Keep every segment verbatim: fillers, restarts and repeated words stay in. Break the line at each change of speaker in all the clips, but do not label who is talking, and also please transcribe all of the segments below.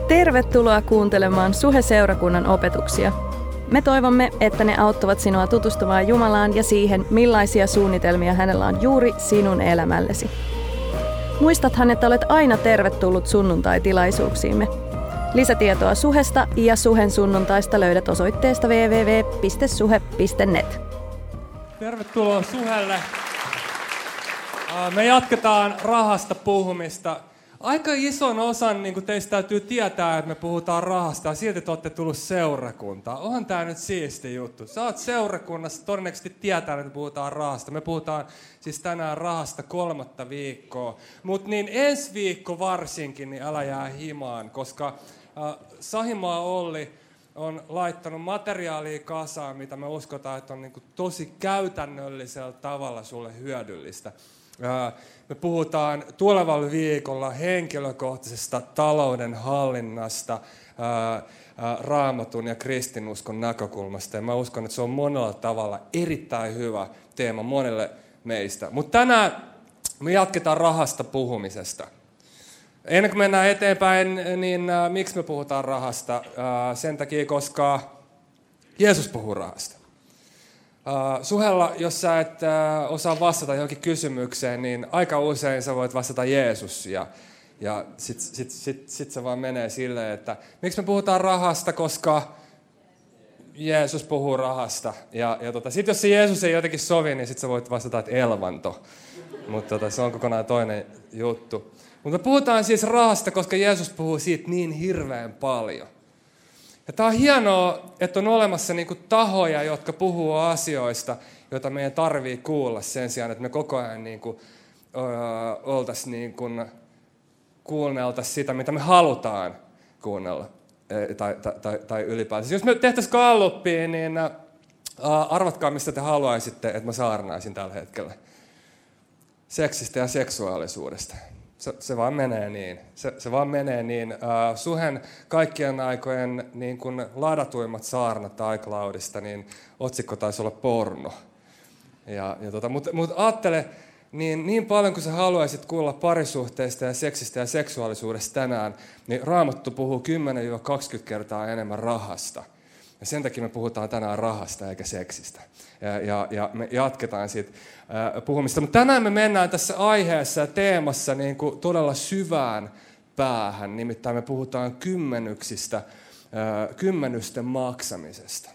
Tervetuloa kuuntelemaan Suhe-seurakunnan opetuksia. Me toivomme, että ne auttavat sinua tutustumaan Jumalaan ja siihen, millaisia suunnitelmia hänellä on juuri sinun elämällesi. Muistathan, että olet aina tervetullut sunnuntai-tilaisuuksiimme. Lisätietoa Suhesta ja Suhen sunnuntaista löydät osoitteesta double-u double-u double-u piste suhe piste net.
Tervetuloa Suhelle. Me jatketaan rahasta puhumista. Aika ison osan niin teistä täytyy tietää, että me puhutaan rahasta ja silti te olette tullut seurakuntaan. Onhan tämä nyt siisti juttu. Sä oot seurakunnassa, todennäköisesti tietää, että me puhutaan rahasta. Me puhutaan siis tänään rahasta kolmatta viikkoa. Mutta niin ensi viikko varsinkin, niin älä jää himaan, koska äh, Sahimaa Olli on laittanut materiaalia kasaan, mitä me uskotaan, että on niin kuin tosi käytännöllisellä tavalla sulle hyödyllistä. Me puhutaan tulevalla viikolla henkilökohtaisesta talouden hallinnasta, raamatun ja kristinuskon näkökulmasta. Ja mä uskon, että se on monella tavalla erittäin hyvä teema monelle meistä. Mutta tänään me jatketaan rahasta puhumisesta. Ennen kuin mennään eteenpäin, niin miksi me puhutaan rahasta? Sen takia, koska Jeesus puhuu rahasta. Uh, Suhella, jos sä et uh, osaa vastata johonkin kysymykseen, niin aika usein sä voit vastata Jeesus. Ja, ja sit, sit, sit, sit se vaan menee silleen, että miksi me puhutaan rahasta, koska Jeesus puhuu rahasta. Ja, ja tota, sit jos se Jeesus ei jotenkin sovi, niin sit sä voit vastata, että elvanto. Mutta tota, se on kokonaan toinen juttu. Mutta me puhutaan siis rahasta, koska Jeesus puhuu siitä niin hirveän paljon. Ja tämä on hienoa, että on olemassa niinku tahoja, jotka puhuu asioista, joita meidän tarvii kuulla sen sijaan, että me koko ajan niinku, ö, oltaisiin niinku, kuunneltaisiin sitä, mitä me halutaan kuunnella. Tai, tai, tai, tai ylipäätään. Jos me tehtäisiin gallupia, niin ä, arvatkaa, mistä te haluaisitte, että mä saarnaisin tällä hetkellä. Seksistä ja seksuaalisuudesta. Se, se vaan menee niin. Se, se vaan menee niin. Uh, Suhen kaikkien aikojen niin kun ladatuimmat saarnat iCloudista, niin otsikko taisi olla porno. Ja, ja tota, Mutta mut ajattele, niin, niin paljon kuin sä haluaisit kuulla parisuhteista ja seksistä ja seksuaalisuudesta tänään, niin Raamattu puhuu kymmenen kaksikymmentä kertaa enemmän rahasta. Ja sen takia me puhutaan tänään rahasta eikä seksistä. Ja, ja, ja me jatketaan siitä äh, puhumista. Mutta tänään me mennään tässä aiheessa ja teemassa niin kuin todella syvään päähän. Nimittäin me puhutaan kymmenyksistä, äh, kymmenysten maksamisesta.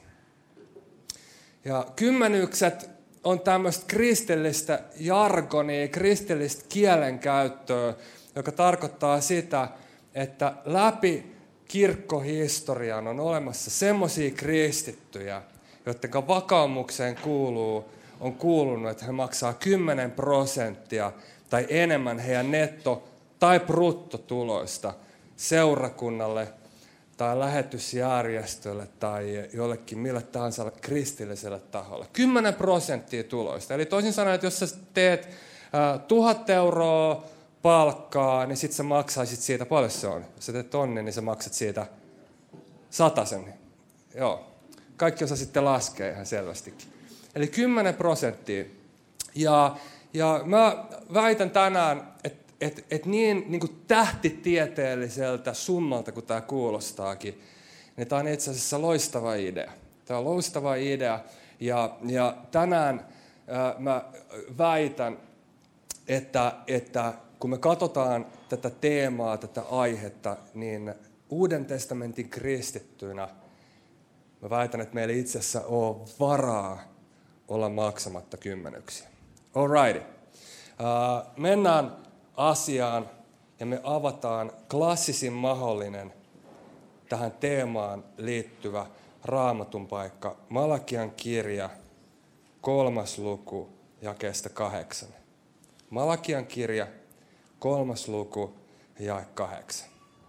Ja kymmenykset on tämmöistä kristillistä jargonia, kristillistä kielenkäyttöä, joka tarkoittaa sitä, että läpi kirkkohistorian on olemassa semmoisia kristittyjä, joiden vakaumukseen kuuluu, on kuulunut, että he maksaa kymmenen prosenttia tai enemmän heidän netto- tai bruttotuloista seurakunnalle tai lähetysjärjestölle tai jollekin millä tahansa kristilliselle taholle. kymmenen prosenttia tuloista. Eli toisin sanoen, että jos sä teet äh, tuhat euroa palkkaa, niin sitten sä maksaisit siitä, paljon se on. Jos sä teet tonnin, niin sä maksat siitä satasen. Joo. Kaikki osa sitten laskee ihan selvästikin. Eli kymmenen prosenttia. Ja, ja mä väitän tänään, että et, et niin, niin kuin tähtitieteelliseltä summalta, kun tämä kuulostaakin, niin tämä on itse asiassa loistava idea. Tämä on loistava idea. Ja, ja tänään ää, mä väitän, että, että kun me katsotaan tätä teemaa, tätä aihetta, niin Uuden testamentin kristittyinä mä väitän, että meillä itse asiassa on varaa olla maksamatta kymmenyksiä. Alrighty. Uh, mennään asiaan ja me avataan klassisin mahdollinen tähän teemaan liittyvä Raamatun paikka. Malakian kirja, kolmas luku, jakeesta kahdeksan. Malakian kirja, kolmas luku, jae kahdeksan.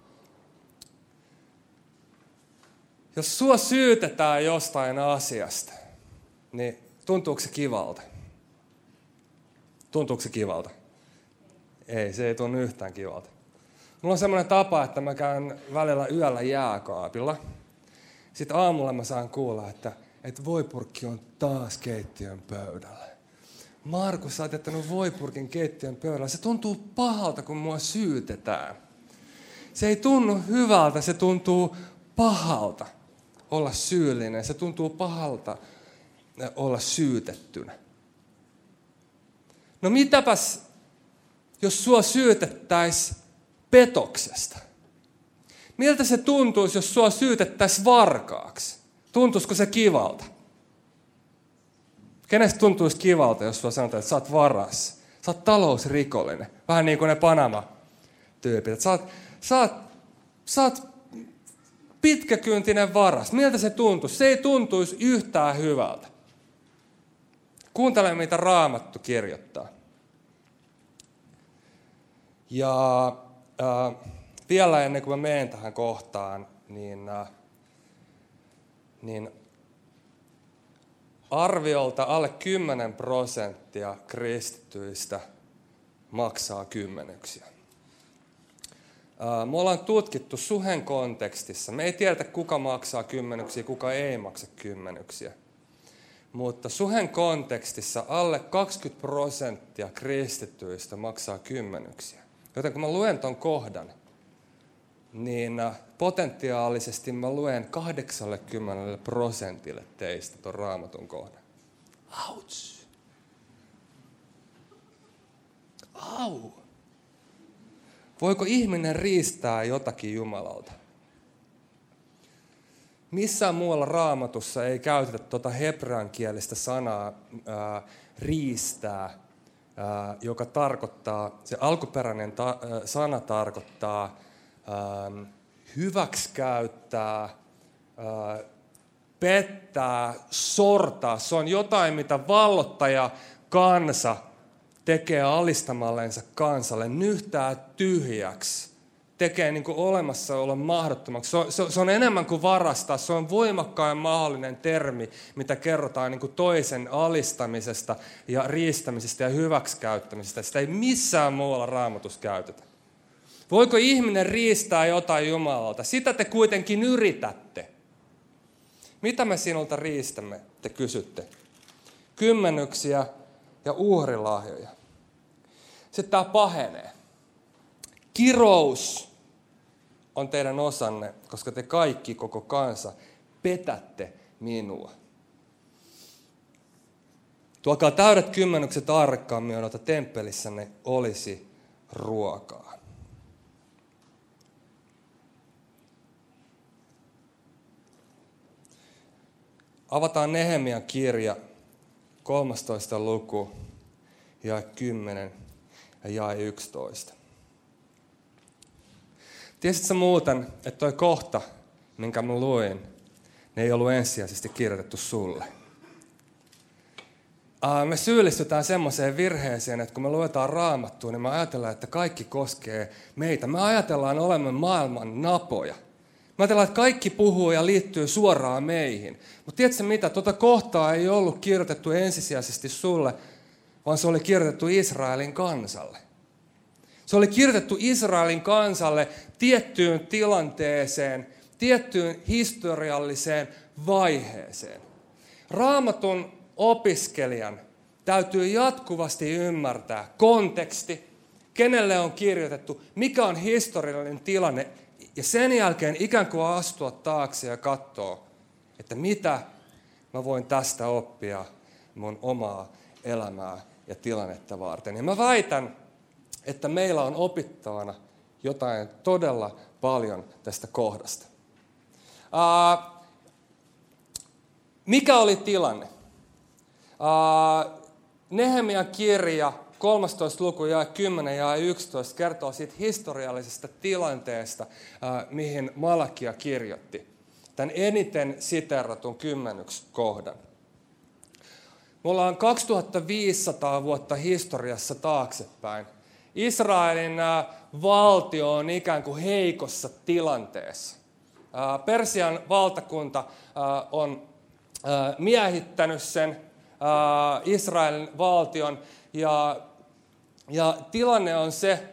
Jos sua syytetään jostain asiasta, niin tuntuuko se kivalta? Tuntuuko se kivalta? Ei, se ei tunnu yhtään kivalta. Mulla on semmoinen tapa, että mä käyn välillä yöllä jääkaapilla. Sitten aamulla mä saan kuulla, että, että voipurkki on taas keittiön pöydällä. Markus, sä oot jättänyt voipurkin keittiön pöydällä. Se tuntuu pahalta, kun mua syytetään. se ei tunnu hyvältä, se tuntuu pahalta olla syyllinen. Se tuntuu pahalta olla syytettynä. No mitäpäs, jos sua syytettäisiin petoksesta? Miltä se tuntuisi, jos sua syytettäisiin varkaaksi? Tuntuisiko se kivalta? Kenestä tuntuisi kivalta, jos sua sanotaan, että sä oot varas? Sä oot talousrikollinen. Vähän niin kuin ne Panama-tyypit. Sä oot, sä oot, sä oot pitkäkyntinen varas. Miltä se tuntuisi? Se ei tuntuisi yhtään hyvältä. Kuuntele, mitä Raamattu kirjoittaa. Ja äh, vielä ennen kuin mä menen tähän kohtaan, niin, äh, niin arviolta alle kymmenen prosenttia kristityistä maksaa kymmenyksiä. Äh, me ollaan tutkittu suhen kontekstissa. Me ei tiedetä, kuka maksaa kymmenyksiä, kuka ei maksa kymmenyksiä. Mutta suhen kontekstissa alle kaksikymmentä prosenttia kristityistä maksaa kymmenyksiä. Joten kun mä luen ton kohdan, niin potentiaalisesti mä luen kahdeksankymmentä prosentille teistä ton Raamatun kohdan. Auts! Au! Voiko ihminen riistää jotakin Jumalalta? Missään muualla Raamatussa ei käytetä tuota hebreankielistä sanaa ää, riistää, ää, joka tarkoittaa, se alkuperäinen ta, ää, sana tarkoittaa ää, hyväksikäyttää, ää, pettää, sortaa. Se on jotain, mitä vallottaja kansa tekee alistamallensa kansalle, nyhtää tyhjäksi. Tekee niin kuin olemassaolon mahdottomaksi. Se on, se on enemmän kuin varastaa. Se on voimakkain mahdollinen termi, mitä kerrotaan niin kuin toisen alistamisesta ja riistämisestä ja hyväksikäyttämisestä. Sitä ei missään muualla Raamatussa käytetä. Voiko ihminen riistää jotain Jumalalta? Sitä te kuitenkin yritätte. Mitä me sinulta riistämme, te kysytte? Kymmenyksiä ja uhrilahjoja. Sitten tämä pahenee. Kirous on teidän osanne, koska te kaikki, koko kansa, petätte minua. Tuokaa täydet kymmenykset aarrekkaammin, joita temppelissäne olisi ruokaa. Avataan Nehemian kirja, kolmastoista luku, jae kymmenen ja jae yksitoista. Tiesitkö sä muuten, että toi kohta, minkä mä luin, ne ei ollut ensisijaisesti kirjoitettu sulle? Me syyllistytään semmoiseen virheeseen, että kun me luetaan Raamattua, niin me ajatellaan, että kaikki koskee meitä. Me ajatellaan olemme maailman napoja. Me ajatellaan, että kaikki puhuu ja liittyy suoraan meihin. Mutta tiedätkö mitä? Tuota kohtaa ei ollut kirjoitettu ensisijaisesti sulle, vaan se oli kirjoitettu Israelin kansalle. Se oli kirjoitettu Israelin kansalle tiettyyn tilanteeseen, tiettyyn historialliseen vaiheeseen. Raamatun opiskelijan täytyy jatkuvasti ymmärtää konteksti, kenelle on kirjoitettu, mikä on historiallinen tilanne, ja sen jälkeen ikään kuin astua taakse ja katsoa, että mitä mä voin tästä oppia mun omaa elämää ja tilannetta varten. Ja mä väitän, että meillä on opittavana jotain todella paljon tästä kohdasta. Uh, mikä oli tilanne? Uh, Nehemian kirja, kolmastoista luku, jae kymmenen ja yksitoista kertoo siitä historiallisesta tilanteesta, uh, mihin Malakia kirjoitti. Tämän eniten siteeratun kymmenyksi kohdan. Me ollaan kaksituhattaviisisataa vuotta historiassa taaksepäin. Israelin valtio on ikään kuin heikossa tilanteessa. Persian valtakunta on miehittänyt sen Israelin valtion ja, ja tilanne on se,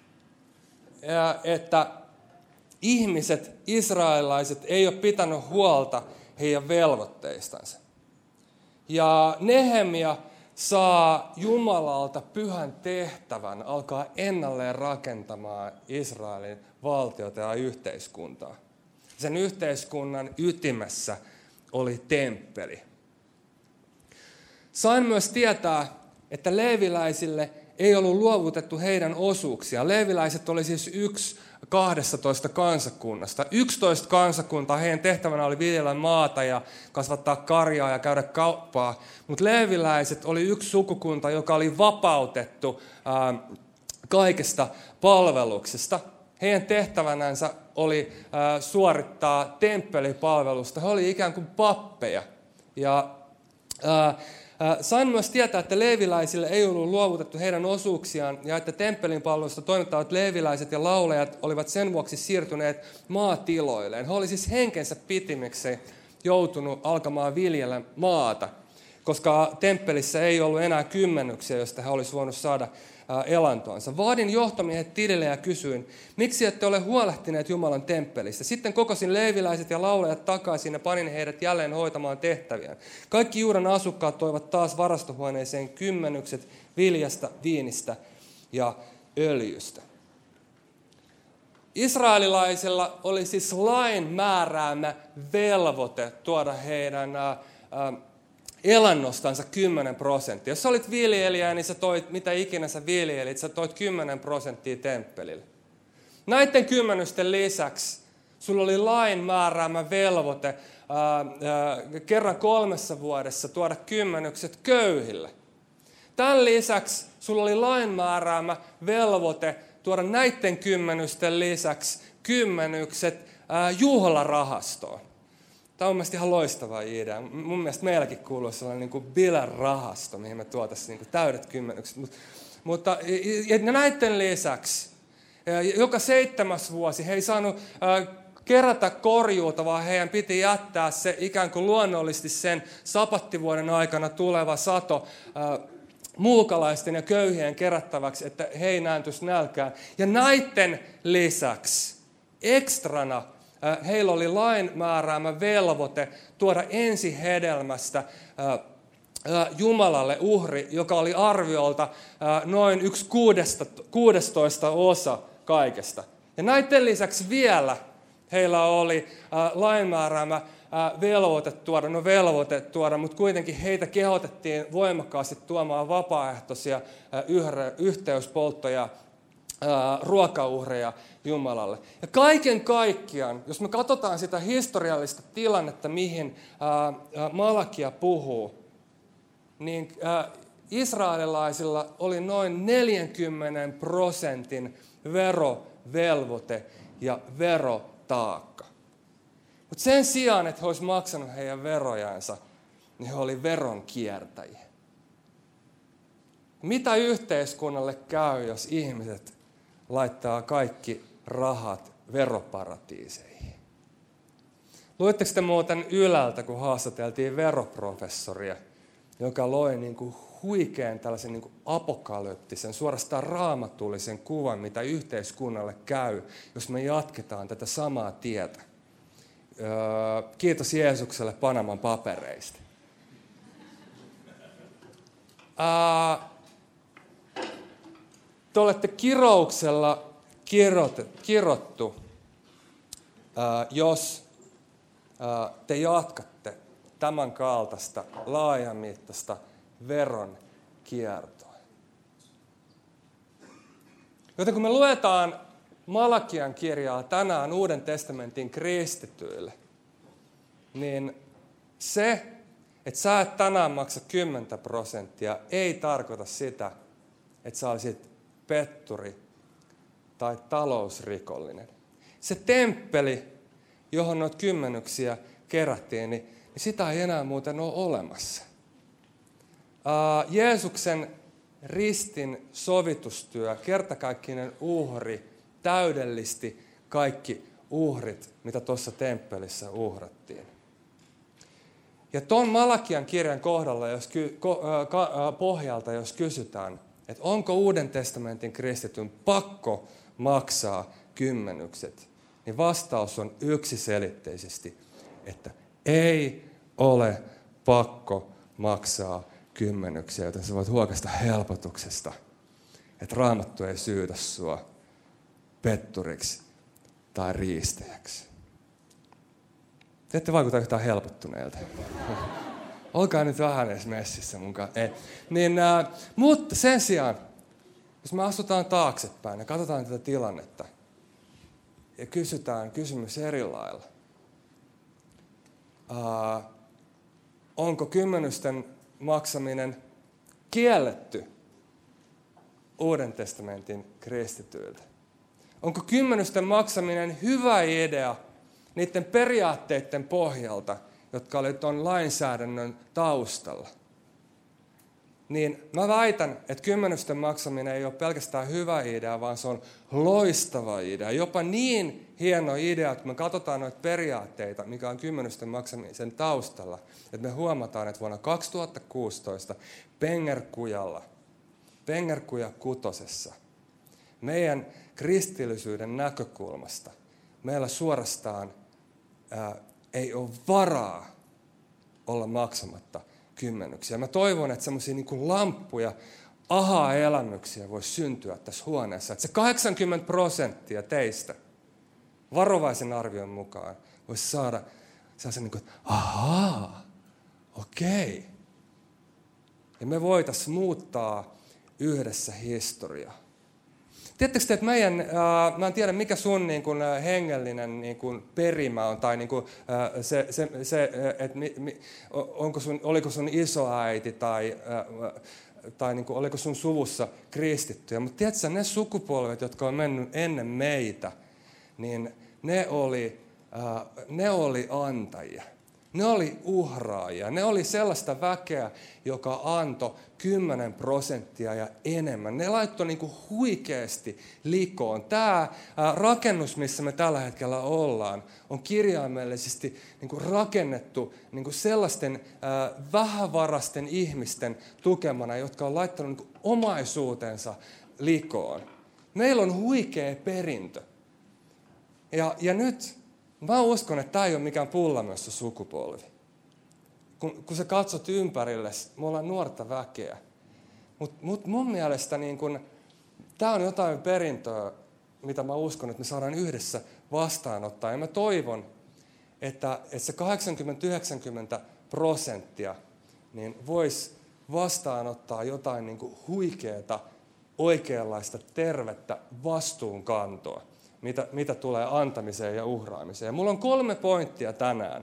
että ihmiset, israelilaiset, ei ole pitänyt huolta heidän velvoitteistansa. Ja Nehemia saa Jumalalta pyhän tehtävän alkaa ennalleen rakentamaan Israelin valtiota ja yhteiskuntaa. Sen yhteiskunnan ytimessä oli temppeli. Sain myös tietää, että leeviläisille ei ollut luovutettu heidän osuuksia. Leeviläiset oli siis yksi kahdestatoista kansakunnasta. Yksitoista kansakuntaa, heidän tehtävänä oli viljellä maata ja kasvattaa karjaa ja käydä kauppaa. Mutta leeviläiset oli yksi sukukunta, joka oli vapautettu ää, kaikesta palveluksesta. Heidän tehtävänänsä oli ää, suorittaa temppelipalvelusta. He olivat ikään kuin pappeja. Ja ää, Sain myös tietää, että leeviläisille ei ollut luovutettu heidän osuuksiaan ja että temppelin palvelusta toimittavat leeviläiset ja laulajat olivat sen vuoksi siirtyneet maatiloilleen. He olivat siis henkensä pitimiksi joutunut alkamaan viljellä maata, koska temppelissä ei ollut enää kymmenyksiä, joista he olisivat voineet saada elantoansa. Vaadin johtomiehet tilille ja kysyin, miksi ette ole huolehtineet Jumalan temppelistä? Sitten kokosin leeviläiset ja laulajat takaisin ja panin heidät jälleen hoitamaan tehtäviään. Kaikki Juudan asukkaat toivat taas varastohuoneeseen kymmenykset viljasta, viinistä ja öljystä. Israelilaisilla oli siis lain määräämä velvoite tuoda heidän ää, ää, elannostansa kymmenen prosenttia. Jos sä olit viljelijä, niin sä toit, mitä ikinä sä viljelit, sä toit kymmenen prosenttia temppelille. Näiden kymmenysten lisäksi sulla oli lain määräämä velvoite ää, ää, kerran kolmessa vuodessa tuoda kymmenykset köyhille. Tämän lisäksi sulla oli lain määräämä velvoite tuoda näiden kymmenysten lisäksi kymmenykset ää, juhlarahastoon. Tämä on mielestäni ihan loistava idea. Mun mielestä meilläkin kuuluu sellainen niin kuin bilerahasto, mihin me tuotaisiin niin kuin täydet kymmenykset. Mut, mutta ja näiden lisäksi joka seitsemäs vuosi he ei saanut äh, kerätä korjuuta, vaan heidän piti jättää se ikään kuin luonnollisesti sen sapattivuoden aikana tuleva sato äh, muukalaisten ja köyhien kerättäväksi, että he ei nääntyisi nälkään. Ja näiden lisäksi ekstrana heillä oli lain määräämä velvoite tuoda ensihedelmästä Jumalalle uhri, joka oli arviolta noin yksi kuudestoista osa kaikesta. Ja näiden lisäksi vielä heillä oli lain määräämä velvoite tuoda, no velvoite tuoda, mutta kuitenkin heitä kehotettiin voimakkaasti tuomaan vapaaehtoisia yhteyspolttoja, ruokauhreja Jumalalle. Ja kaiken kaikkiaan, jos me katsotaan sitä historiallista tilannetta, mihin Malakia puhuu, niin israelilaisilla oli noin neljänkymmenen prosentin verovelvoite ja verotaakka. Mutta sen sijaan, että he olisivat maksanut heidän verojansa, niin he olivat veronkiertäjiä. Mitä yhteiskunnalle käy, jos ihmiset laittaa kaikki rahat veroparatiiseihin? Luitteko te muuten Ylältä, kun haastateltiin veroprofessoria, joka loi niin kuin huikean tällaisen niin kuin apokalyptisen, suorastaan raamatullisen kuvan, mitä yhteiskunnalle käy, jos me jatketaan tätä samaa tietä? Öö, kiitos Jeesukselle Panaman papereista. Öö, Te olette kirouksella kirot, kirottu, ää, jos ää, te jatkatte tämän kaltaista laajamittaista veron kiertoa. Joten kun me luetaan Malakian kirjaa tänään Uuden testamentin kristityille, niin se, että sä et tänään maksa kymmentä prosenttia, ei tarkoita sitä, että sä olisit petturi tai talousrikollinen. Se temppeli, johon noita kymmenyksiä kerättiin, niin, niin sitä ei enää muuten ole olemassa. Ää, Jeesuksen ristin sovitustyö, kertakaikkinen uhri, täydellisti kaikki uhrit, mitä tuossa temppelissä uhrattiin. Ja tuon Malakian kirjan kohdalla, jos ky, ko, äh, ka, äh, pohjalta, jos kysytään, että onko Uuden testamentin kristityn pakko maksaa kymmenykset, niin vastaus on yksiselitteisesti, että ei ole pakko maksaa kymmenyksiä, joten sä voit huokaista helpotuksesta, että Raamattu ei syytä sua petturiksi tai riistäjäksi. Te ette vaikuta yhtään helpottuneelta. Olkaa nyt vähän edes messissä mukaan. Ei. Niin, äh, mutta sen sijaan, jos me astutaan taaksepäin ja katsotaan tätä tilannetta ja kysytään kysymys eri lailla. Äh, onko kymmenysten maksaminen kielletty Uuden testamentin kristityiltä? Onko kymmenysten maksaminen hyvä idea niiden periaatteiden pohjalta, jotka olivat tuon lainsäädännön taustalla? Niin mä väitän, että kymmenysten maksaminen ei ole pelkästään hyvä idea, vaan se on loistava idea. Jopa niin hieno idea, että me katsotaan noita periaatteita, mikä on kymmenysten maksamisen taustalla. Että me huomataan, että vuonna kaksituhattakuusitoista Pengerkujalla, Pengerkuja kutosessa, meidän kristillisyyden näkökulmasta, meillä suorastaan ää, ei ole varaa olla maksamatta kymmenyksiä. Mä toivon, että semmoisia niin kuin lamppuja, aha-elämyksiä voisi syntyä tässä huoneessa. Että se kahdeksankymmentä prosenttia teistä varovaisen arvion mukaan voisi saada sellaisen niin kuin, että ahaa, okei. Ja me voitaisiin muuttaa yhdessä historiaa. Tiedättekö te, että meidän, äh, mä en tiedä mikä sun niin kuin, äh, hengellinen niin kuin, perimä on, tai niin kuin, äh, se, se, se että mi, mi, onko sun, oliko sun isoäiti, tai, äh, tai niin kuin, oliko sun suvussa kristittyjä. Mutta tiedätkö, ne sukupolvet, jotka on mennyt ennen meitä, niin ne oli, äh, ne oli antajia. Ne oli uhraajia. Ne oli sellaista väkeä, joka antoi kymmenen prosenttia ja enemmän. Ne laittoi niinku huikeasti likoon. Tämä rakennus, missä me tällä hetkellä ollaan, on kirjaimellisesti niinku rakennettu niinku sellaisten äh, vähävarasten ihmisten tukemana, jotka on laittanut niinku omaisuutensa likoon. Meillä on huikea perintö. Ja, ja nyt mä uskon, että tämä ei ole mikään pullamössö sukupolvi. Kun, kun sä katsot ympärille, me ollaan nuorta väkeä. Mutta mut mun mielestä niin kun, tämä on jotain perintöä, mitä mä uskon, että me saadaan yhdessä vastaanottaa. Ja mä toivon, että, että se kahdeksankymmentä yhdeksänkymmentä prosenttia niin voisi vastaanottaa jotain niin kuin huikeata, oikeanlaista, tervettä vastuunkantoa. Mitä, mitä tulee antamiseen ja uhraamiseen. Mulla on kolme pointtia tänään,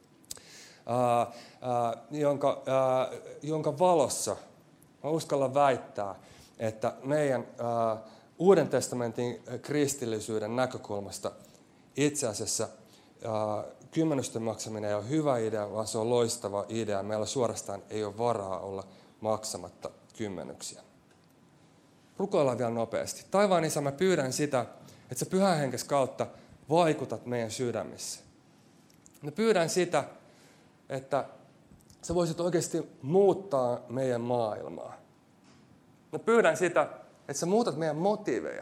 ää, ää, jonka, ää, jonka valossa mä uskallan väittää, että meidän ää, Uuden testamentin kristillisyyden näkökulmasta itse asiassa ää, kymmenysten maksaminen ei ole hyvä idea, vaan se on loistava idea. Meillä suorastaan ei ole varaa olla maksamatta kymmenyksiä. Rukoillaan vielä nopeasti. Taivaan Isä, mä pyydän sitä, että sä Pyhän Henkes kautta vaikutat meidän sydämissä. Mä pyydän sitä, että sä voisit oikeasti muuttaa meidän maailmaa. Mä pyydän sitä, että sä muutat meidän motiiveja.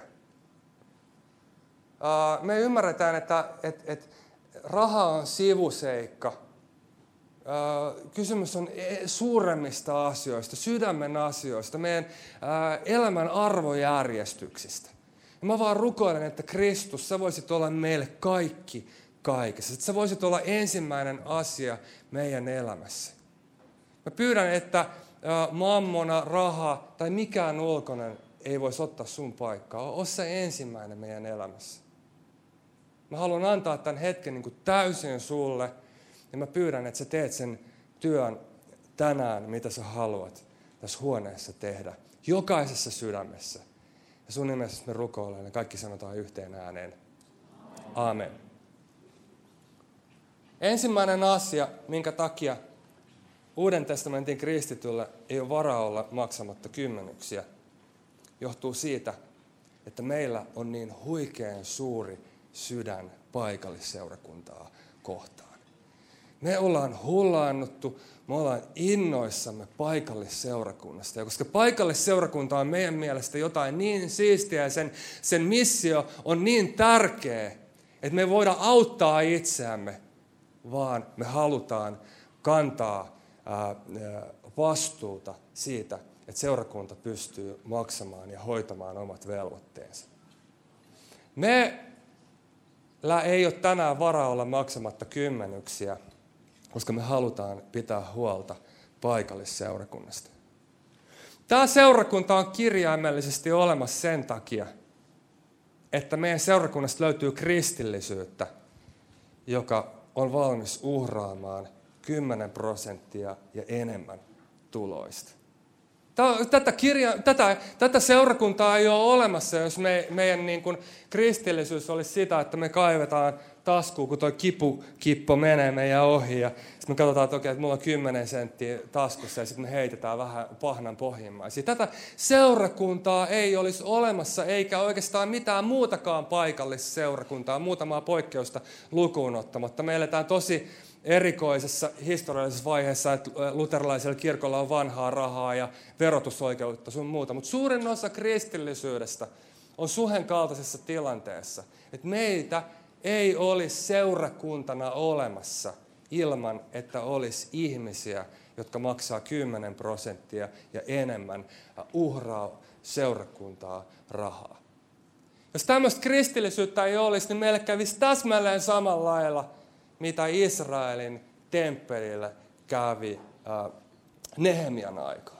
Me ymmärretään, että, että, että raha on sivuseikka. Kysymys on suuremmista asioista, sydämen asioista, meidän elämän arvojärjestyksistä. Ja mä vaan rukoilen, että Kristus, sä voisit olla meille kaikki kaikessa. Että sä voisit olla ensimmäinen asia meidän elämässä. Mä pyydän, että mammona, raha tai mikään ulkoinen ei voisi ottaa sun paikkaa. Ole se ensimmäinen meidän elämässä. Mä haluan antaa tämän hetken niin kuin täysin sulle. Ja mä pyydän, että sä teet sen työn tänään, mitä sä haluat tässä huoneessa tehdä. Jokaisessa sydämessä. Ja sun nimessä me rukoillaan ja kaikki sanotaan yhteen ääneen. Aamen. Ensimmäinen asia, minkä takia Uuden testamentin kristityllä ei ole varaa olla maksamatta kymmenyksiä, johtuu siitä, että meillä on niin huikean suuri sydän paikallisseurakuntaa kohtaan. Me ollaan hullaannuttu, me ollaan innoissamme paikallisseurakunnasta. Ja koska paikallisseurakunta on meidän mielestä jotain niin siistiä ja sen, sen missio on niin tärkeä, että me ei voida auttaa itseämme, vaan me halutaan kantaa ää, vastuuta siitä, että seurakunta pystyy maksamaan ja hoitamaan omat velvoitteensa. Meillä ei ole tänään varaa olla maksamatta kymmenyksiä, koska me halutaan pitää huolta paikallisseurakunnasta. Tämä seurakunta on kirjaimellisesti olemassa sen takia, että meidän seurakunnasta löytyy kristillisyyttä, joka on valmis uhraamaan kymmenen prosenttia ja enemmän tuloista. Tätä, kirja, tätä, tätä seurakuntaa ei ole olemassa, jos me, meidän niin kuin kristillisyys olisi sitä, että me kaivetaan taskuun, kun tuo kipukippo menee meidän ohi. Ja sitten me katsotaan, että okei, että mulla on kymmenen senttiä taskussa ja sitten me heitetään vähän pahnan pohjimmaisia. Tätä seurakuntaa ei olisi olemassa, eikä oikeastaan mitään muutakaan paikallista seurakuntaa, muutamaa poikkeusta lukuun ottamatta. Me eletään tosi erikoisessa historiallisessa vaiheessa, että luterilaisella kirkolla on vanhaa rahaa ja verotusoikeutta sun muuta. Mutta suurin osa kristillisyydestä on Suhen kaltaisessa tilanteessa, että meitä ei olisi seurakuntana olemassa ilman, että olisi ihmisiä, jotka maksaa kymmenen prosenttia ja enemmän uhraa seurakuntaa rahaa. Jos tämmöistä kristillisyyttä ei olisi, niin meille kävisi täsmälleen samalla lailla, mitä Israelin temppelillä kävi äh, Nehemian aikaa.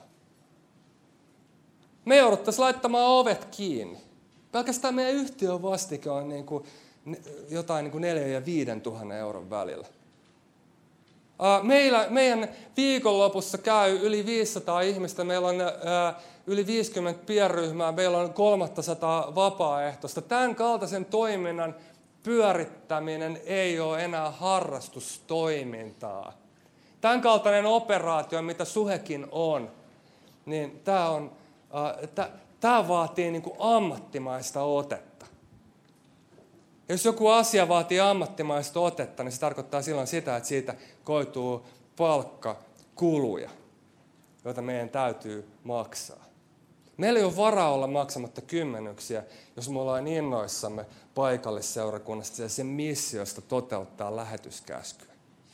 Me jouduttaisiin laittamaan ovet kiinni. Pelkästään meidän yhtiön vastike on niin kuin jotain niin kuin neljän ja viiden tuhannen euron välillä. Äh, meillä, meidän viikonlopussa käy yli viisisataa ihmistä, meillä on äh, yli viisikymmentä pienryhmää, meillä on kolmesataa vapaaehtoista. Tämän kaltaisen toiminnan pyörittäminen ei ole enää harrastustoimintaa. Tämän kaltainen operaatio, mitä Suhekin on, niin tämä, on, äh, tämä vaatii niin kuin ammattimaista otetta. Jos joku asia vaatii ammattimaista otetta, niin se tarkoittaa silloin sitä, että siitä koituu palkkakuluja, joita meidän täytyy maksaa. Meillä ei ole varaa olla maksamatta kymmenyksiä, jos me ollaan innoissamme paikallisseurakunnasta ja sen missiosta toteuttaa lähetyskäskyä.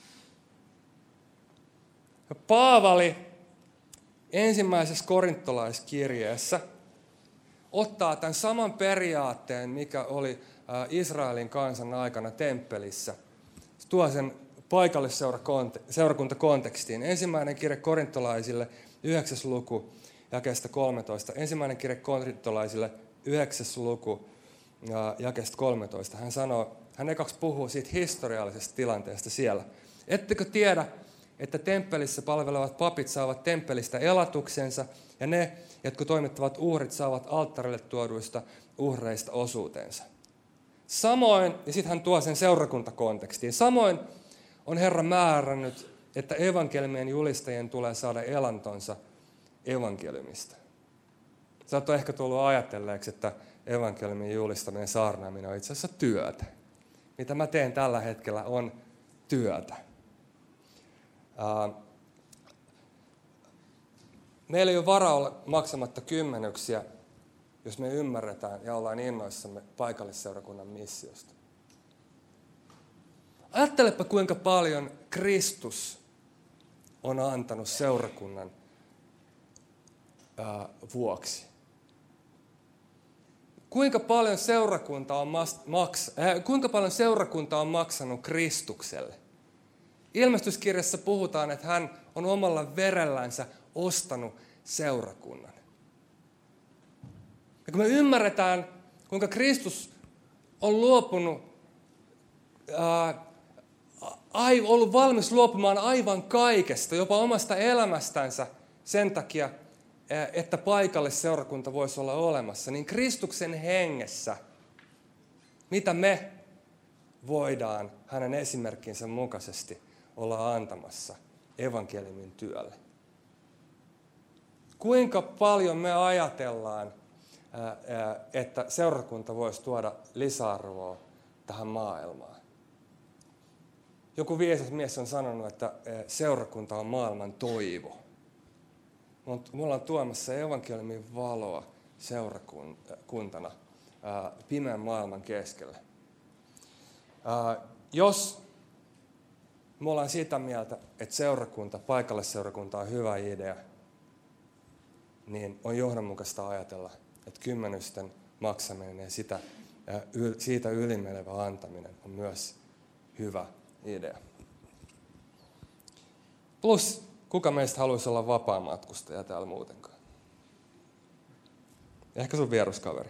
Ja Paavali ensimmäisessä korintolaiskirjeessä ottaa tämän saman periaatteen, mikä oli Israelin kansan aikana temppelissä. Se tuo sen paikallisseurakuntakontekstiin. Ensimmäinen kirje korintolaisille, yhdeksäs luku, jakeesta kolmetoista. Ensimmäinen kirje korintolaisille, yhdeksäs luku, jakeesta kolmetoista. Hän sanoo, hän ekaksi puhuu siitä historiallisesta tilanteesta siellä. Ettekö tiedä, että temppelissä palvelevat papit saavat temppelistä elatuksensa, ja ne, jotka toimittavat uhrit, saavat alttarille tuoduista uhreista osuutensa. Samoin, ja sitten hän tuo sen seurakuntakontekstiin, samoin on Herra määrännyt, että evankeliumien julistajien tulee saada elantonsa evankeliumista. Sä oot ehkä tullut ajatelleeksi, että evankeliumin julistaminen, saarnaaminen on itse asiassa työtä. Mitä mä teen tällä hetkellä on työtä. Meillä ei ole varaa olla maksamatta kymmenyksiä, jos me ymmärretään ja ollaan innoissamme paikallisseurakunnan missiosta. Ajattelepa, kuinka paljon Kristus on antanut seurakunnan ää, vuoksi. Kuinka paljon seurakunta on, maks, äh, kuinka paljon seurakunta on maksanut Kristukselle? Ilmestyskirjassa puhutaan, että hän on omalla verellänsä ostanut seurakunnan. Ja kun me ymmärretään, kuinka Kristus on luopunut, ää, ai, ollut valmis luopumaan aivan kaikesta, jopa omasta elämästänsä sen takia, että paikallisseurakunta voisi olla olemassa, niin Kristuksen hengessä, mitä me voidaan hänen esimerkkinsä mukaisesti olla antamassa evankeliumin työlle. Kuinka paljon me ajatellaan, että seurakunta voisi tuoda lisäarvoa tähän maailmaan. Joku viisas mies on sanonut, että seurakunta on maailman toivo. Me ollaan tuomassa evankeliumin valoa seurakuntana pimeän maailman keskelle. Jos
me ollaan sitä mieltä, että seurakunta, paikallisseurakunta on hyvä idea, niin on johdonmukaista ajatella, että kymmenysten maksaminen ja sitä, ja siitä ylimenevä antaminen on myös hyvä idea. Plus, kuka meistä haluaisi olla vapaamatkustaja täällä muutenkaan? Ehkä sun vieruskaveri.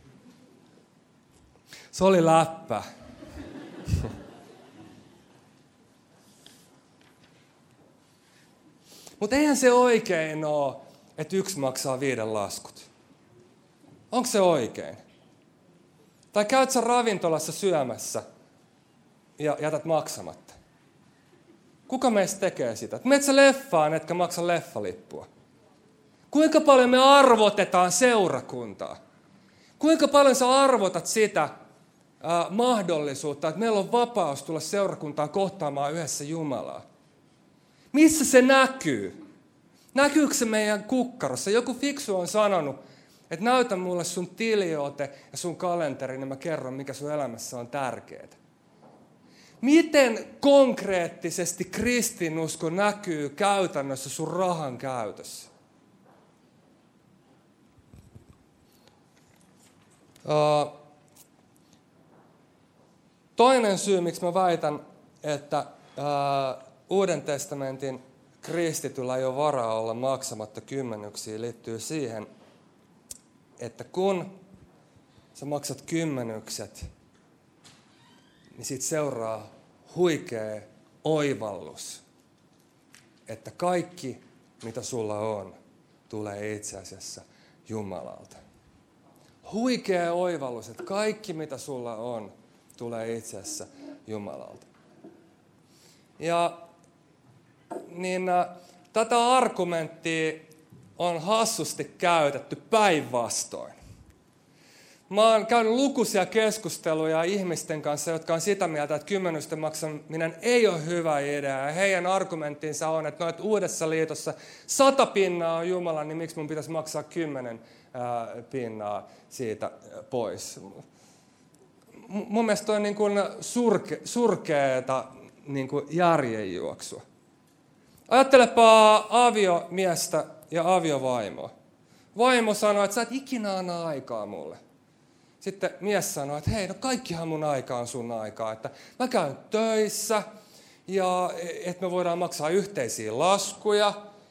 Se oli läppä. Mutta eihän se oikein ole, että yksi maksaa viiden laskut. Onko se oikein? Tai käyt sä ravintolassa syömässä ja jätät maksamatta? Kuka meistä tekee sitä? Meet sä leffaan, etkä maksa leffalippua? Kuinka paljon me arvotetaan seurakuntaa? Kuinka paljon sä arvotat sitä äh, mahdollisuutta, että meillä on vapaus tulla seurakuntaan kohtaamaan yhdessä Jumalaa? Missä se näkyy? Näkyykö se meidän kukkarossa? Joku fiksu on sanonut, että näytä mulle sun tiliote ja sun kalenteri, niin mä kerron, mikä sun elämässä on tärkeää. Miten konkreettisesti kristinusko näkyy käytännössä sun rahan käytössä? Uh, toinen syy, miksi mä väitän, että uh, Uuden testamentin kristityllä ei ole varaa olla maksamatta kymmenyksiä, liittyy siihen, että kun sä maksat kymmenykset, niin siitä seuraa huikea oivallus, että kaikki, mitä sulla on, tulee itse asiassa Jumalalta. Huikea oivallus, että kaikki, mitä sulla on, tulee itse asiassa Jumalalta. Ja niin äh, tätä argumenttia on hassusti käytetty päinvastoin. Mä oon käynyt lukuisia keskusteluja ihmisten kanssa, jotka on sitä mieltä, että kymmenysten maksaminen ei ole hyvä idea. Ja heidän argumenttinsa on, että, no, että uudessa liitossa sata pinnaa on Jumala, niin miksi mun pitäisi maksaa kymmenen äh, pinnaa siitä pois. M- mun mielestä on niin kuin surke, surkeeta niin kuin järjenjuoksua. Ajattelepa aviomiestä ja aviovaimoa. Vaimo sanoo, että sä et ikinä anna aikaa mulle. Sitten mies sanoo, että hei, no kaikkihan mun aika on sun aikaa. Että mä käyn töissä ja että me voidaan maksaa yhteisiä laskuja.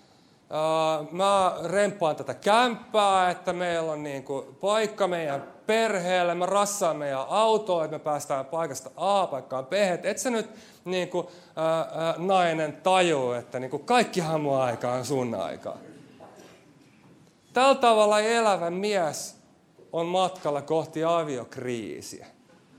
Mä remppaan tätä kämppää, että meillä on niinku paikka meidän perheelle. Mä rassaan meidän autoa, että me päästään paikasta A paikkaan B. Et sä nyt niinku, ää, nainen tajuu, että niinku kaikkihan mun aika on sun aikaa. Tällä tavalla elävä mies on matkalla kohti aviokriisiä.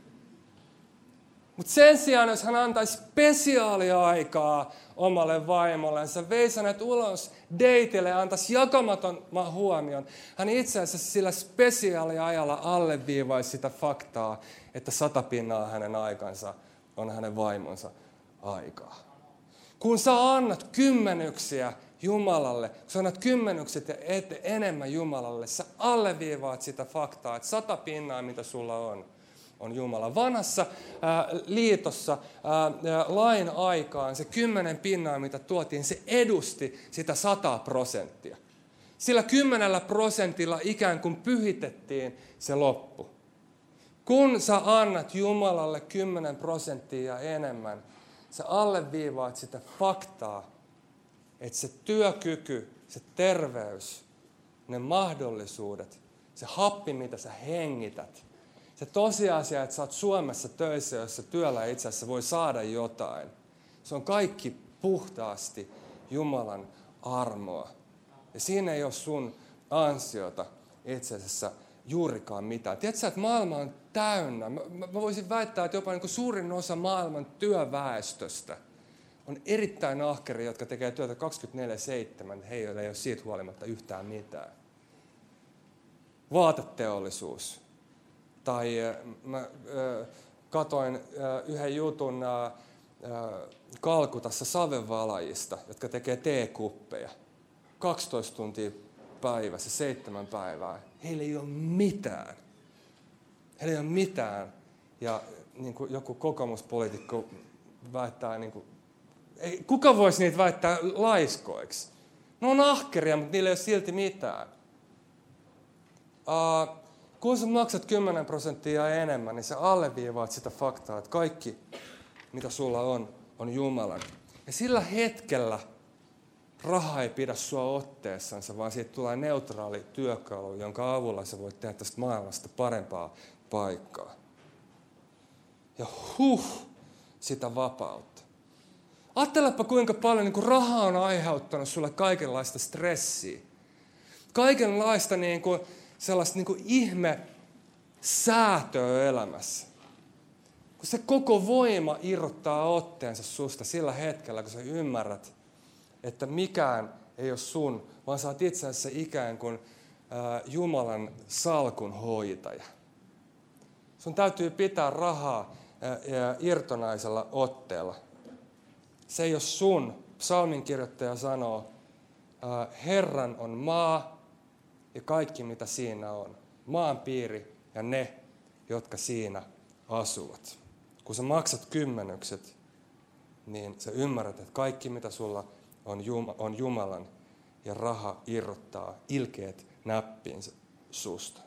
Mutta sen sijaan, jos hän antaisi spesiaaliaikaa omalle vaimollensa, veisi hänet ulos deitille ja antaisi jakamaton huomion, hän itse asiassa sillä spesiaaliajalla alleviivaisi sitä faktaa, että sata pinnaa hänen aikansa on hänen vaimonsa aikaa. Kun sä annat kymmenyksiä Jumalalle, kun sä annat kymmenykset ja et enemmän Jumalalle, sä alleviivaat sitä faktaa, että sata pinnaa, mitä sulla on, on Jumala. Vanhassa ää, liitossa ää, lain aikaan se kymmenen pinnaa, mitä tuotiin, se edusti sitä sata prosenttia. Sillä kymmenellä prosentilla ikään kuin pyhitettiin se loppu. Kun sä annat Jumalalle kymmenen prosenttia ja enemmän, sä alleviivaat sitä faktaa, että se työkyky, se terveys, ne mahdollisuudet, se happi, mitä sä hengität, se tosiasia, että sä oot Suomessa töissä, jossa työllä itse asiassa voi saada jotain, se on kaikki puhtaasti Jumalan armoa. Ja siinä ei ole sun ansiota itse asiassa juurikaan mitään. Tiedätkö sä, että maailma on täynnä? Mä, mä voisin väittää, että jopa niin kuin suurin osa maailman työväestöstä on erittäin ahkeria, jotka tekee työtä kaksikymmentäneljä seitsemän. Heillä ei ole siitä huolimatta yhtään mitään. Vaateteollisuus. Tai äh, mä äh, katoin äh, yhden jutun äh, Kalkutassa savenvalajista, jotka tekee teekuppeja. kaksitoista tuntia päivässä, seitsemän päivää. Heillä ei ole mitään. Heillä ei ole mitään. Ja niin kuin joku kokoomuspoliitikko väittää niin kuin Ei, kuka voisi niitä väittää laiskoiksi? Ne on ahkeria, mutta niillä ei ole silti mitään. Uh, kun sä maksat kymmenen prosenttia enemmän, niin sä alleviivaat sitä faktaa, että kaikki, mitä sulla on, on Jumalan. Ja sillä hetkellä raha ei pidä sua otteessansa, vaan siitä tulee neutraali työkalu, jonka avulla sä voit tehdä tästä maailmasta parempaa paikkaa. Ja huh, sitä vapautta. Ajattelepa, kuinka paljon niin kuin raha on aiheuttanut sulle kaikenlaista stressiä. Kaikenlaista niin kuin, sellaista niin kuin ihme säätöä elämässä. Kun se koko voima irrottaa otteensa susta sillä hetkellä, kun sä ymmärrät, että mikään ei ole sun, vaan sä oot itse asiassa ikään kuin ää, Jumalan salkun hoitaja. Sun täytyy pitää rahaa ää, irtonaisella otteella. Se ei ole sun. Psalminkirjoittaja sanoo, ää, Herran on maa ja kaikki mitä siinä on. Maan piiri ja ne, jotka siinä asuvat. Kun sä maksat kymmenykset, niin sä ymmärrät, että kaikki mitä sulla on, Jum- on Jumalan ja raha irrottaa ilkeät näppiinsä susta.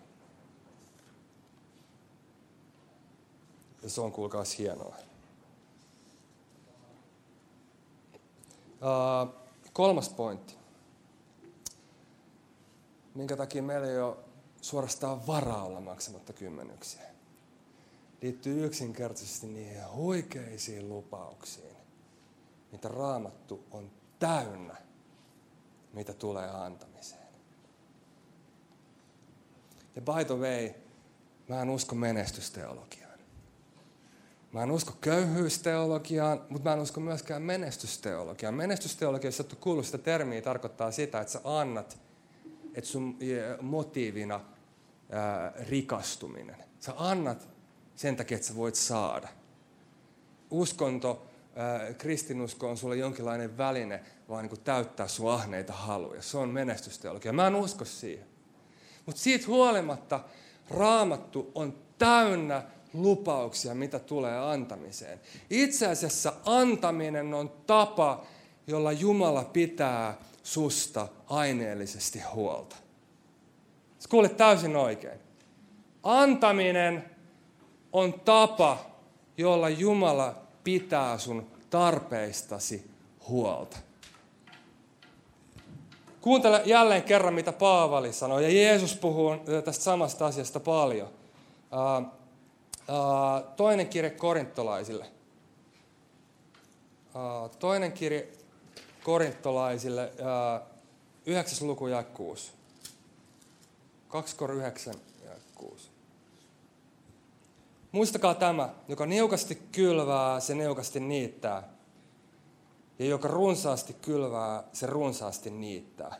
Ja se on kuulkaas hienoa. Uh, kolmas pointti. Minkä takia meillä ei ole suorastaan varaa olla maksamatta kymmenyksiä. Liittyy yksinkertaisesti niihin huikeisiin lupauksiin, mitä Raamattu on täynnä, mitä tulee antamiseen. Ja by the way, mä en usko menestysteologiaan. Mä en usko köyhyysteologiaan, mutta mä en usko myöskään menestysteologiaan. Menestysteologia, jos et ole kuullut sitä termiä, tarkoittaa sitä, että sä annat, että sun motiivina ää, rikastuminen. Sä annat sen takia, että sä voit saada. Uskonto, ää, kristinusko on sulle jonkinlainen väline, vaan niin kuin täyttää sun ahneita haluja. Se on menestysteologia. Mä en usko siihen. Mutta siitä huolimatta Raamattu on täynnä lupauksia, mitä tulee antamiseen. Itse asiassa antaminen on tapa, jolla Jumala pitää susta aineellisesti huolta. Sä kuulet täysin oikein. Antaminen on tapa, jolla Jumala pitää sun tarpeistasi huolta. Kuuntele jälleen kerran, mitä Paavali sanoi, ja Jeesus puhuu tästä samasta asiasta paljon. Uh, uh, toinen kirje korintolaisille. Uh, toinen kirje korintolaisille, uh, yhdeksäs luku jae kuusi. kaksi yhdeksän ja kuusi. Muistakaa tämä, joka niukasti kylvää, se niukasti niittää. Ja joka runsaasti kylvää, se runsaasti niittää.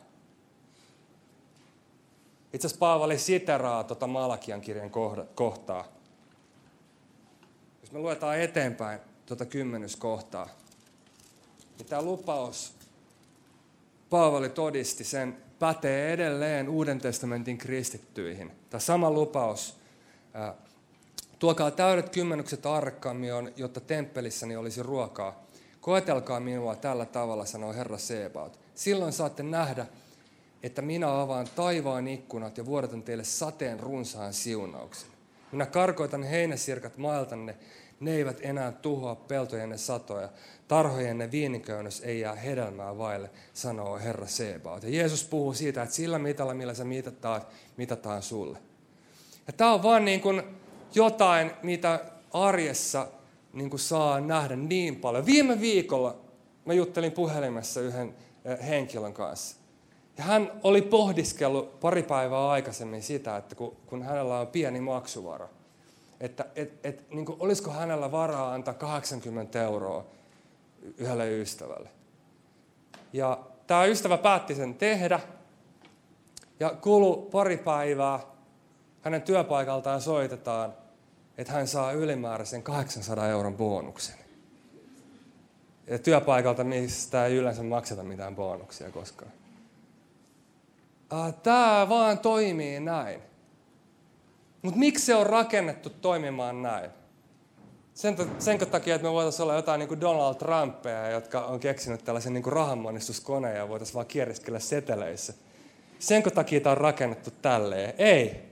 Itse asiassa Paavali siteraa tuota Malakian kirjan kohtaa. Jos me luetaan eteenpäin tuota kymmenyskohtaa, niin tämä lupaus, Paavali todisti sen, pätee edelleen Uuden testamentin kristittyihin. Tämä sama lupaus. Ää, Tuokaa täydet kymmenykset arkkaani, jotta temppelissäni olisi ruokaa. Koetelkaa minua tällä tavalla, sanoo Herra Sebaot. Silloin saatte nähdä, että minä avaan taivaan ikkunat ja vuodatan teille sateen runsaan siunauksen. Minä karkoitan heinäsirkat mailtanne, ne eivät enää tuhoa peltojenne satoja. Tarhojenne viiniköynnös ei jää hedelmää vaille, sanoo Herra Sebaot. Ja Jeesus puhuu siitä, että sillä mitalla, millä sä mitataan, mitataan sulle. Ja tämä on vaan niin kuin jotain, mitä arjessa niin kuin saa nähdä niin paljon. Viime viikolla mä juttelin puhelimessa yhden henkilön kanssa. Ja hän oli pohdiskellut pari päivää aikaisemmin sitä, että kun, kun hänellä on pieni maksuvara, että et, et, niin kuin, olisiko hänellä varaa antaa kahdeksankymmentä euroa yhdelle ystävälle. Ja tämä ystävä päätti sen tehdä. Ja kului pari päivää, hänen työpaikaltaan soitetaan, että hän saa ylimääräisen kahdeksansadan euron bonuksen. Ja työpaikalta, mistä ei yleensä makseta mitään bonuksia koskaan. Tämä vaan toimii näin. Mutta miksi se on rakennettu toimimaan näin? Sen, sen takia, että me voitaisiin olla jotain niin kuin Donald Trumpeja, jotka on keksinyt tällaisen niin kuin rahanmonistuskoneen ja voitaisiin vaan kieriskellä seteleissä. Sen takia tämä on rakennettu tälleen. Ei.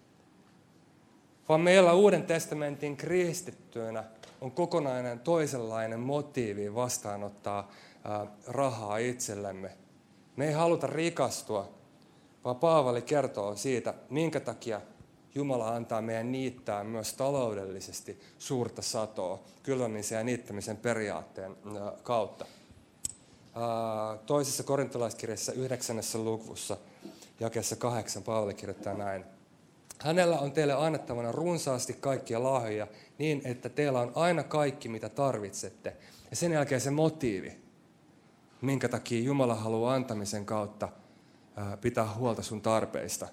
Vaan meillä Uuden testamentin kristittyinä on kokonainen toisenlainen motiivi vastaanottaa ää, rahaa itsellemme. Me ei haluta rikastua, vaan Paavali kertoo siitä, minkä takia Jumala antaa meidän niittää myös taloudellisesti suurta satoa kylvämisen ja niittämisen periaatteen kautta. Toisessa korintolaiskirjassa yhdeksännessä luvussa, jakeessa kahdeksan, Paavali kirjoittaa näin. Hänellä on teille annettavana runsaasti kaikkia lahjoja niin, että teillä on aina kaikki, mitä tarvitsette. Ja sen jälkeen se motiivi, minkä takia Jumala haluaa antamisen kautta pitää huolta sun tarpeista.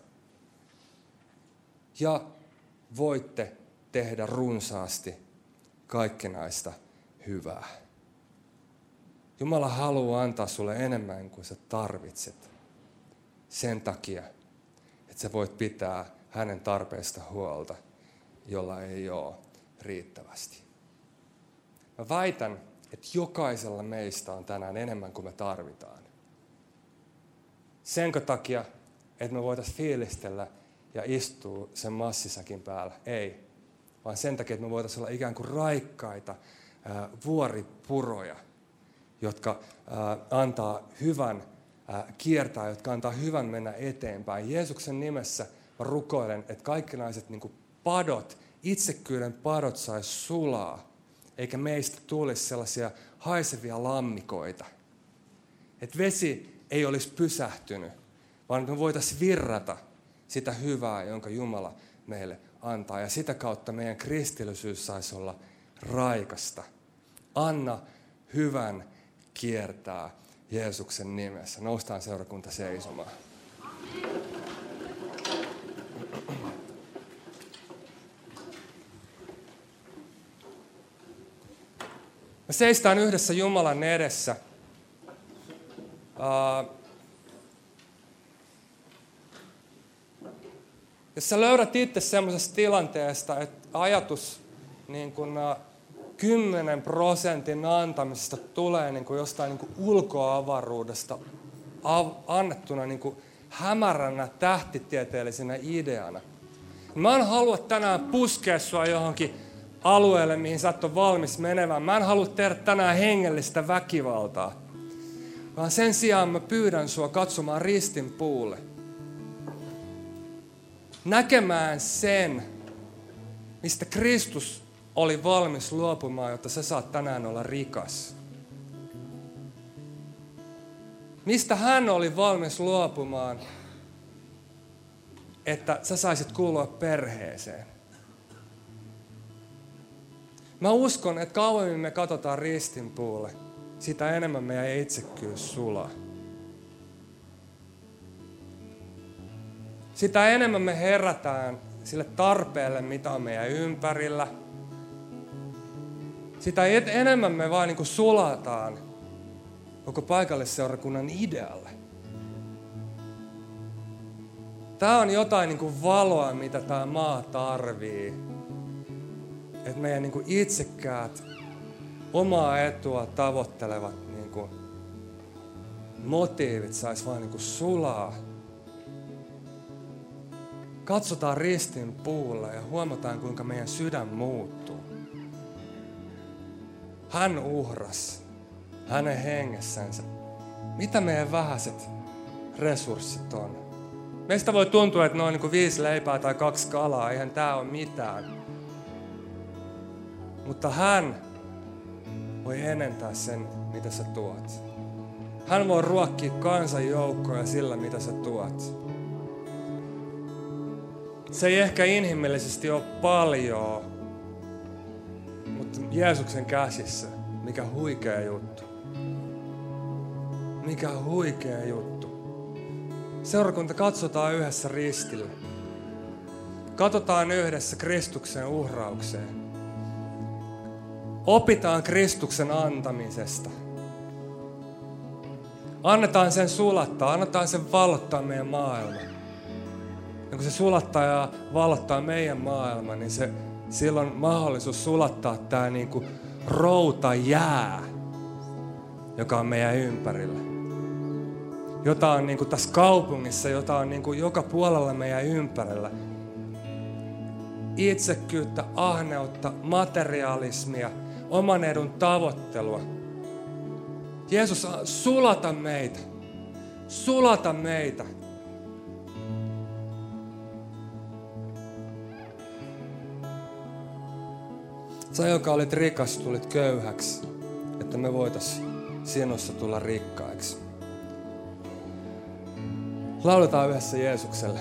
Ja voitte tehdä runsaasti kaikkenaista hyvää. Jumala haluaa antaa sulle enemmän kuin sä tarvitset. Sen takia, että sä voit pitää hänen tarpeesta huolta, jolla ei ole riittävästi. Mä väitän, että jokaisella meistä on tänään enemmän kuin me tarvitaan. Senkö takia, että me voitaisiin fiilistellä ja istua sen massisäkin päällä? Ei. Vaan sen takia, että me voitaisiin olla ikään kuin raikkaita ää, vuoripuroja, jotka ää, antaa hyvän ää, kiertää, jotka antaa hyvän mennä eteenpäin. Jeesuksen nimessä mä rukoilen, että kaikenlaiset niin kuin padot, itsekkyyden padot saisi sulaa, eikä meistä tulisi sellaisia haisevia lammikoita. Että vesi ei olisi pysähtynyt, vaan me voitaisiin virrata sitä hyvää, jonka Jumala meille antaa. Ja sitä kautta meidän kristillisyys saisi olla raikasta. Anna hyvän kiertää Jeesuksen nimessä. Noustaan seurakunta seisomaan. Me seistään yhdessä Jumalan edessä. Uh, jos sä löydät itse semmoisesta tilanteesta, että ajatus niin kun, uh, kymmenen prosentin antamisesta tulee niin kun jostain niin kun ulkoavaruudesta av- annettuna niin kun hämäränä tähtitieteellisenä ideana. Mä en halua tänään puskea sua johonkin alueelle, mihin sä et ole valmis menevään. Mä en halua tehdä tänään hengellistä väkivaltaa. Vaan sen sijaan mä pyydän sua katsomaan ristin puulle. Näkemään sen, mistä Kristus oli valmis luopumaan, jotta sä saat tänään olla rikas. Mistä hän oli valmis luopumaan, että sä saisit kuulua perheeseen. Mä uskon, että kauemmin me katsotaan ristin puulle, sitä enemmän meidän itsekkyys sulaa. Sitä enemmän me herätään sille tarpeelle, mitä on meidän ympärillä. Sitä enemmän me vaan niin kuin sulataan koko paikallisseurakunnan idealle. Tää on jotain niin kuin valoa, mitä tää maa tarvii. Että meidän niin kuin itsekkäät, omaa etua tavoittelevat niin kuin motiivit sais vaan niin kuin sulaa. Katsotaan ristin puulle ja huomataan, kuinka meidän sydän muuttuu. Hän uhras hänen hengessänsä. Mitä meidän vähäiset resurssit on? Meistä voi tuntua, että ne on niin kuin viisi leipää tai kaksi kalaa. Eihän tää ole mitään. Mutta hän voi enentää sen, mitä sä tuot. Hän voi ruokkia kansanjoukkoja sillä, mitä sä tuot. Se ei ehkä inhimillisesti ole paljon, mutta Jeesuksen käsissä, mikä huikea juttu. Mikä huikea juttu. Seurakunta, katsotaan yhdessä ristille. Katsotaan yhdessä Kristuksen uhraukseen. Opitaan Kristuksen antamisesta. Annetaan sen sulattaa, annetaan sen valottaa meidän maailma. Ja kun se sulattaa ja valottaa meidän maailma, niin se Silloin on mahdollisuus sulattaa tämä niinku routajää, joka on meidän ympärillä. Jota on niinku tässä kaupungissa, jota on niinku joka puolella meidän ympärillä. Itsekkyyttä, ahneutta, materialismia, oman edun tavoittelua. Jeesus, sulata meitä. Sulata meitä. Sä, joka olit rikas, tulit köyhäksi, että me voitaisiin sinussa tulla rikkaiksi. Lauletaan yhdessä Jeesukselle.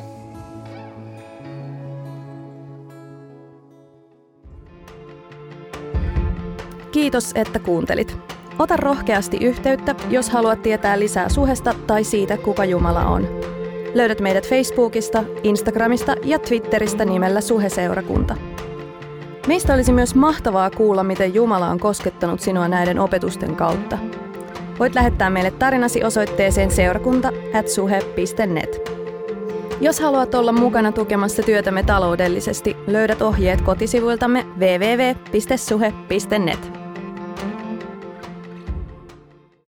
Kiitos, että kuuntelit. Ota rohkeasti yhteyttä, jos haluat tietää lisää Suhesta tai siitä, kuka Jumala on. Löydät meidät Facebookista, Instagramista ja Twitteristä nimellä Suhe-seurakunta. Meistä olisi myös mahtavaa kuulla, miten Jumala on koskettanut sinua näiden opetusten kautta. Voit lähettää meille tarinasi osoitteeseen seurakunta at suhe piste net. Jos haluat olla mukana tukemassa työtämme taloudellisesti, löydät ohjeet kotisivuiltamme double-u double-u double-u piste suhe piste net.